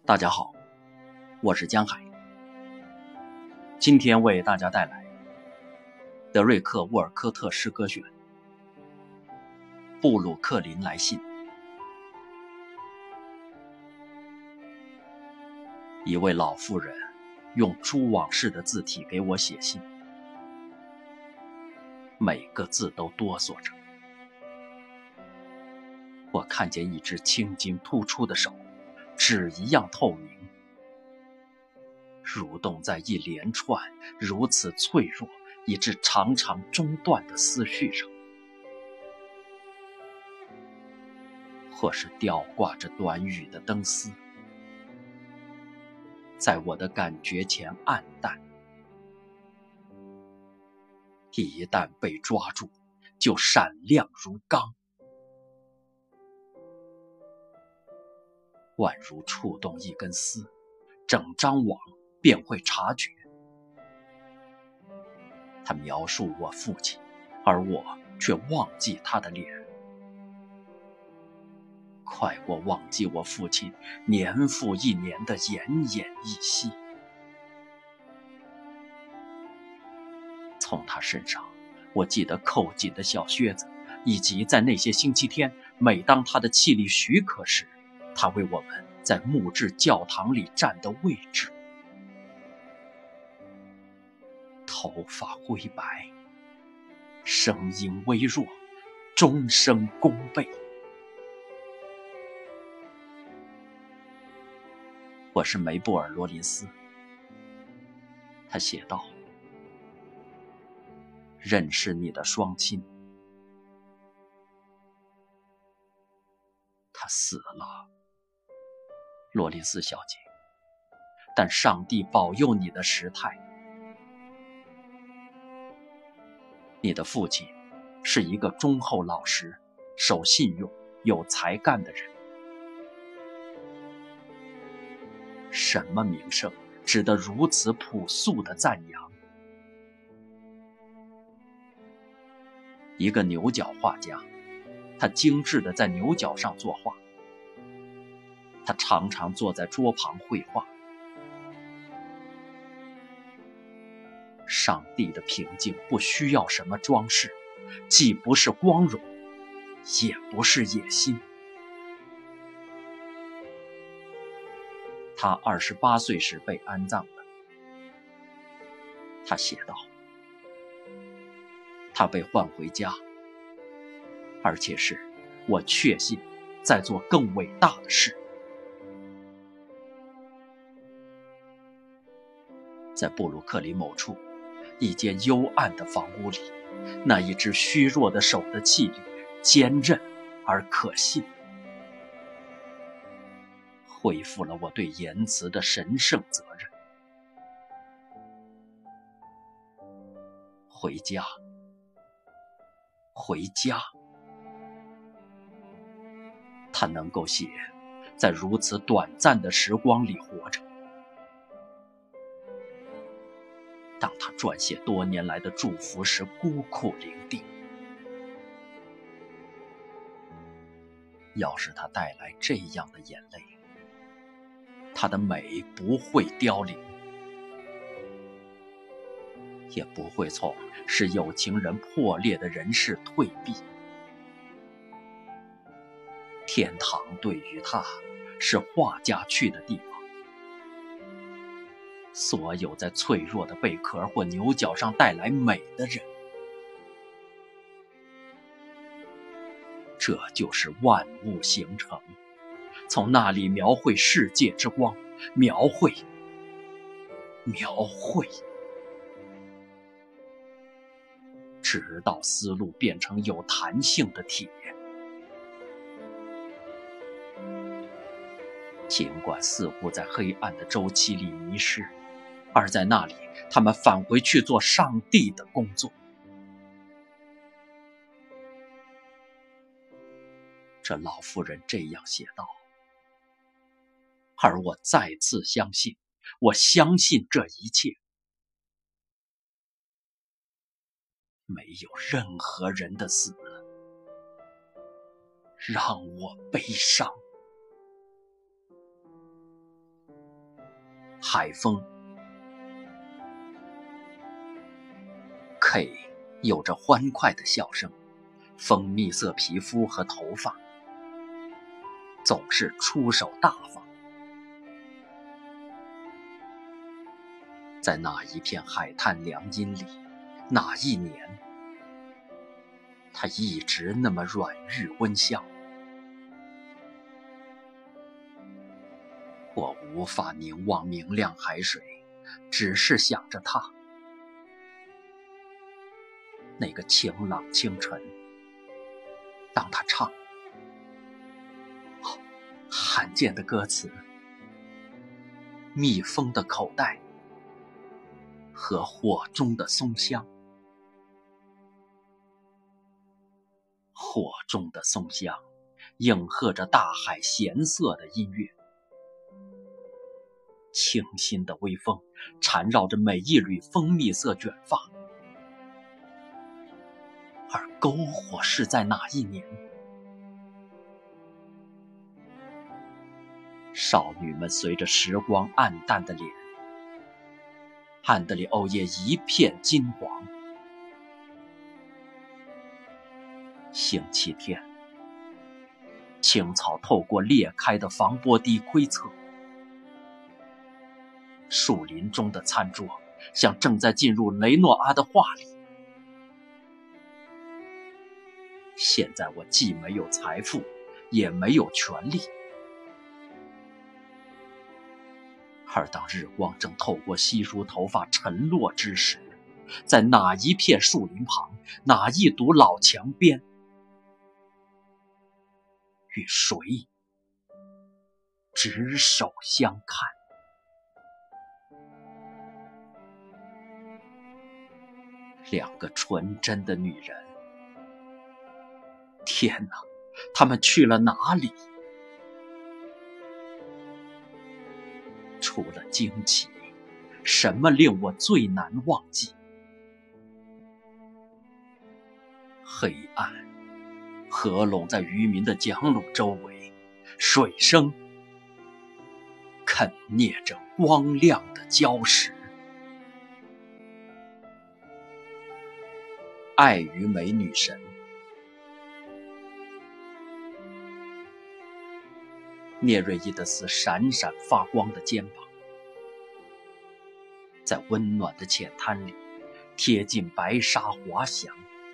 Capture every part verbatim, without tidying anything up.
大家好，我是江海。今天为大家带来德瑞克·沃尔科特诗歌选《布鲁克林来信》。一位老妇人用蛛网式的字体给我写信，每个字都哆嗦着。我看见一只青筋突出的手，纸一样透明，蠕动在一连串如此脆弱以致常常中断的思绪上，或是吊挂着短语的灯丝，在我的感觉前暗淡，一旦被抓住，就闪亮如钢，宛如触动一根丝，整张网便会察觉。他描述我父亲，而我却忘记他的脸，快过忘记我父亲年复一年的奄奄一息。从他身上，我记得扣紧的小靴子，以及在那些星期天，每当他的气力许可时，他为我们在木质教堂里站的位置。头发灰白，声音微弱，终生弓背。我是梅布尔·罗林斯，他写道：认识你的双亲。他死了，罗林斯小姐，但上帝保佑你的时态。你的父亲是一个忠厚老实、守信用、有才干的人。什么名声值得如此朴素的赞扬？一个牛角画家，他精致地在牛角上作画，他常常坐在桌旁绘画。上帝的平静不需要什么装饰，既不是光荣，也不是野心。他二十八岁时被安葬了。他写道：他被换回家，而且是我确信在做更伟大的事。在布鲁克林某处，一间幽暗的房屋里，那一只虚弱的手的气力坚韧而可信，恢复了我对言辞的神圣责任。回家，回家。他能够写，在如此短暂的时光里活着。当他撰写多年来的祝福时孤苦伶仃，要是他带来这样的眼泪，他的美不会凋零，也不会从使有情人破裂的人世退避。天堂对于他是画家去的地方。所有在脆弱的贝壳或牛角上带来美的人，这就是万物形成，从那里描绘世界之光，描绘，描绘，直到思路变成有弹性的铁。尽管似乎在黑暗的周期里迷失，而在那里，他们返回去做上帝的工作。这老妇人这样写道，而我再次相信，我相信这一切。没有任何人的死让我悲伤。 海风。K 有着欢快的笑声，蜂蜜色皮肤和头发，总是出手大方。在那一片海滩凉荫里，那一年，他一直那么软玉温香。我无法凝望明亮海水，只是想着他。那个晴朗清晨，当他唱哦，罕见的歌词，蜜蜂的口袋和火中的松香。火中的松香应和着大海咸涩的音乐，清新的微风缠绕着每一缕蜂蜜色卷发。而篝火是在哪一年？少女们随着时光暗淡的脸，暗得里欧叶一片金黄。星期天，青草透过裂开的防波堤窥测，树林中的餐桌像正在进入雷诺阿的画里。现在我既没有财富，也没有权利。而当日光正透过稀疏头发沉落之时，在哪一片树林旁，哪一堵老墙边，与谁执手相看？两个纯真的女人，天哪，她们去了哪里？除了惊奇，什么令我最难忘记？黑暗合拢在渔民的桨橹周围，水声啃啮着光亮的礁石。爱与美女神，聂瑞伊德斯闪闪发光的肩膀，在温暖的浅滩里贴近白沙滑翔，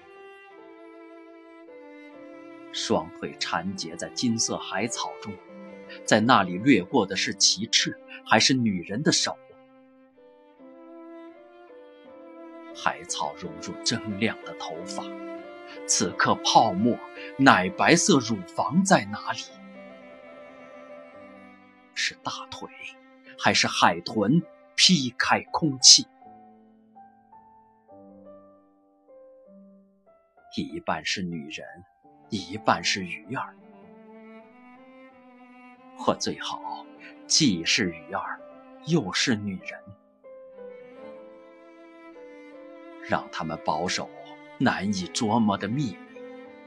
双腿缠结在金色海草中，在那里掠过的是旗帜还是女人的手？海草融入铮亮的头发，此刻泡沫奶白色乳房在哪里？是大腿还是海豚劈开空气？一半是女人，一半是鱼儿，或最好既是鱼儿又是女人，让他们保守难以捉摸的秘密。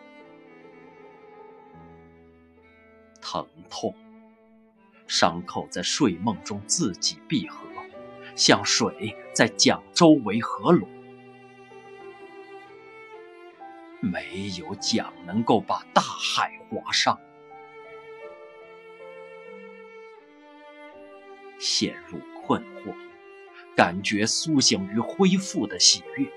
疼痛，伤口在睡梦中自己闭合，像水在桨周围合拢。没有桨能够把大海划伤。陷入困惑，感觉苏醒于恢复的喜悦。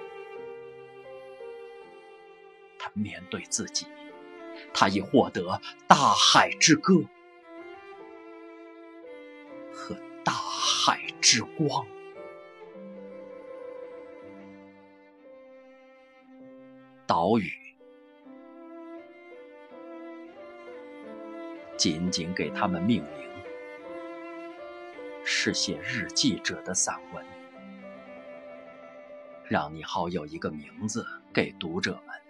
他面对自己，他已获得大海之歌和大海之光。岛屿，仅仅给他们命名，是写日记者的散文，让你好有一个名字给读者们。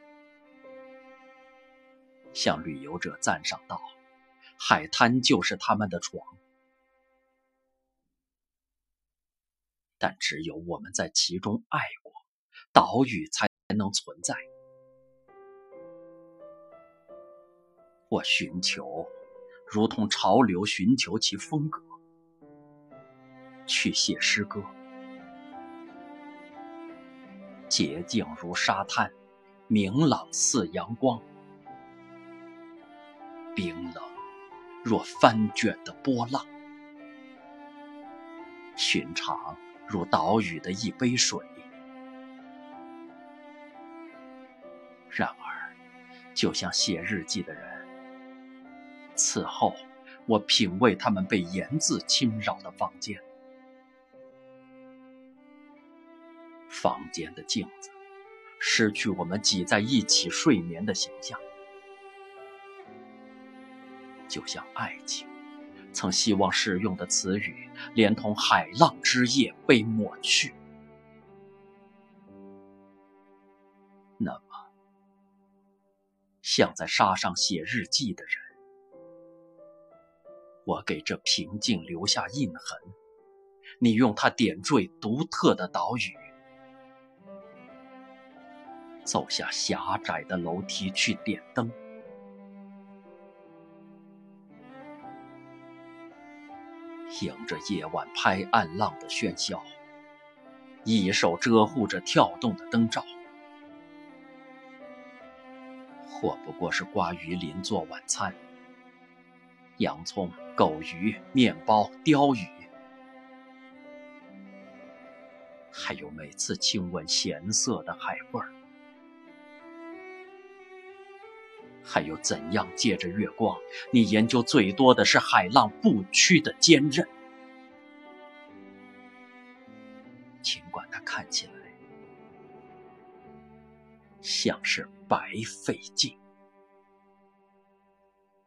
向旅游者赞赏道，海滩就是他们的床，但只有我们在其中爱过，岛屿才能存在。我寻求，如同潮流寻求其风格。 去写诗歌。洁净如沙滩，明朗似阳光，冰冷若翻卷的波浪，寻常如岛屿的一杯水。然而，就像写日记的人，此后我品味他们被言字侵扰的房间。房间的镜子失去我们挤在一起睡眠的形象，就像爱情曾希望使用的词语，连同海浪之夜被抹去。那么，像在沙上写日记的人，我给这平静留下印痕，你用它点缀独特的岛屿。走下狭窄的楼梯去点灯，迎着夜晚拍岸浪的喧嚣，一手遮护着跳动的灯罩。或不过是刮鱼鳞做晚餐，洋葱、狗鱼、面包、鲷鱼，还有每次亲吻咸涩的海味儿。还有怎样借着月光，你研究最多的是海浪不屈的坚韧。尽管它看起来像是白费劲。